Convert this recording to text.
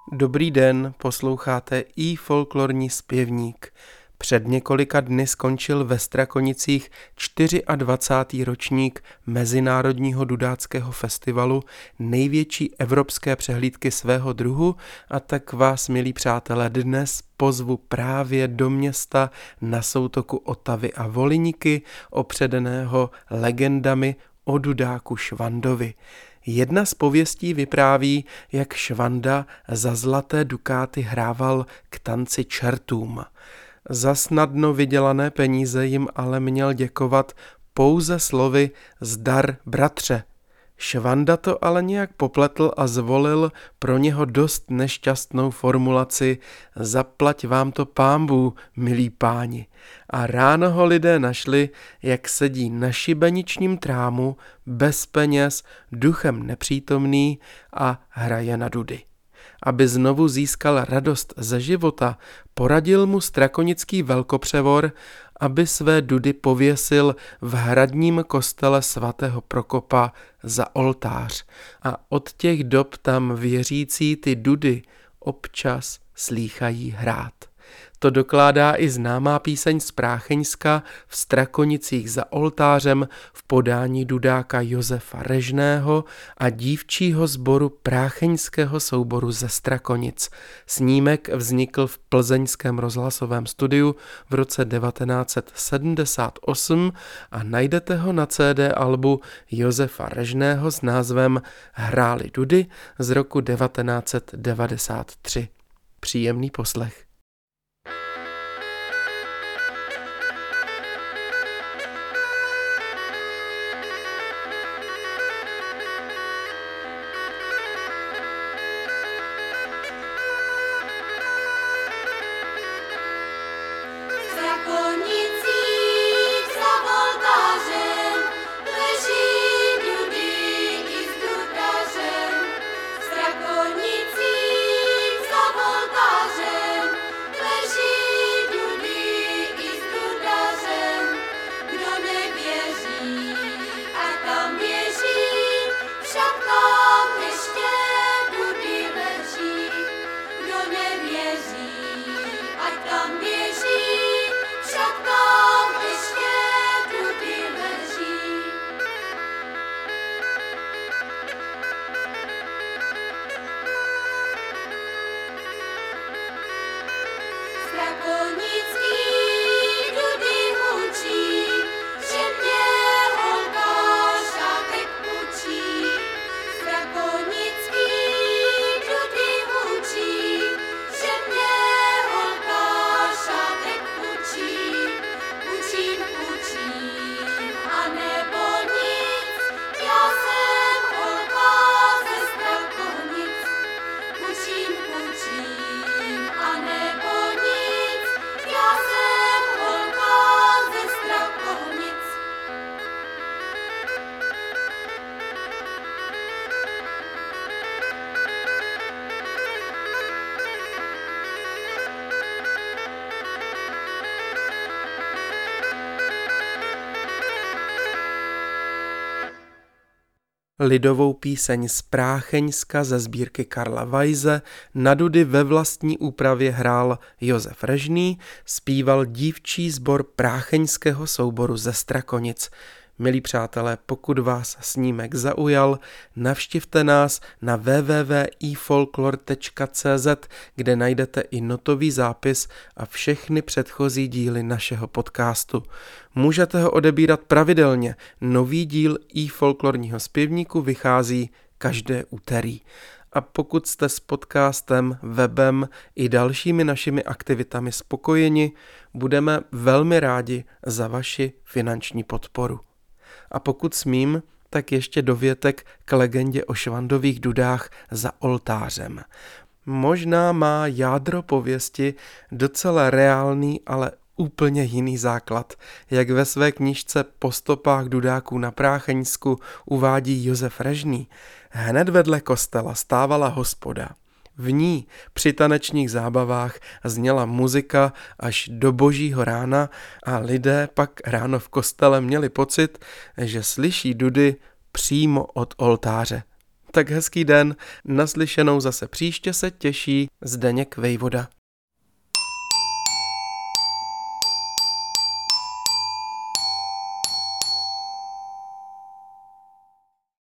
Dobrý den, posloucháte i folklorní zpěvník. Před několika dny skončil ve Strakonicích 24. ročník Mezinárodního dudáckého festivalu, největší evropské přehlídky svého druhu, a tak vás, milí přátelé, dnes pozvu právě do města na soutoku Otavy a Volyniky, opředeného legendami o dudáku Švandovi. Jedna z pověstí vypráví, jak Švanda za zlaté dukáty hrával k tanci čertům. Za snadno vydělané peníze jim ale měl děkovat pouze slovy zdar, bratře. Švanda to ale nějak popletl a zvolil pro něho dost nešťastnou formulaci zaplať vám to pánbů, milí páni. A ráno ho lidé našli, jak sedí na šibeničním trámu, bez peněz, duchem nepřítomný a hraje na dudy. Aby znovu získal radost ze života, poradil mu strakonický velkopřevor, aby své dudy pověsil v hradním kostele svatého Prokopa za oltář, a od těch dob tam věřící ty dudy občas slýchají hrát. To dokládá i známá píseň z Prácheňska v Strakonicích za oltářem v podání dudáka Josefa Režného a dívčího sboru Prácheňského souboru ze Strakonic. Snímek vznikl v plzeňském rozhlasovém studiu v roce 1978 a najdete ho na CD albu Josefa Režného s názvem Hráli dudy z roku 1993. Příjemný poslech. Lidovou píseň z Prácheňska ze sbírky Karla Weise na dudy ve vlastní úpravě hrál Josef Režný, zpíval dívčí sbor Prácheňského souboru ze Strakonic. Milí přátelé, pokud vás snímek zaujal, navštivte nás na www.ifolklor.cz, kde najdete i notový zápis a všechny předchozí díly našeho podcastu. Můžete ho odebírat pravidelně, nový díl ifolklorního zpěvníku vychází každé úterý. A pokud jste s podcastem, webem i dalšími našimi aktivitami spokojeni, budeme velmi rádi za vaši finanční podporu. A pokud smím, tak ještě dovětek k legendě o Švandových dudách za oltářem. Možná má jádro pověsti docela reálný, ale úplně jiný základ, jak ve své knížce Po stopách dudáků na Prácheňsku uvádí Josef Režný. Hned vedle kostela stávala hospoda. V ní při tanečních zábavách zněla muzika až do božího rána a lidé pak ráno v kostele měli pocit, že slyší dudy přímo od oltáře. Tak hezký den, naslyšenou zase příště se těší Zdeněk Vejvoda.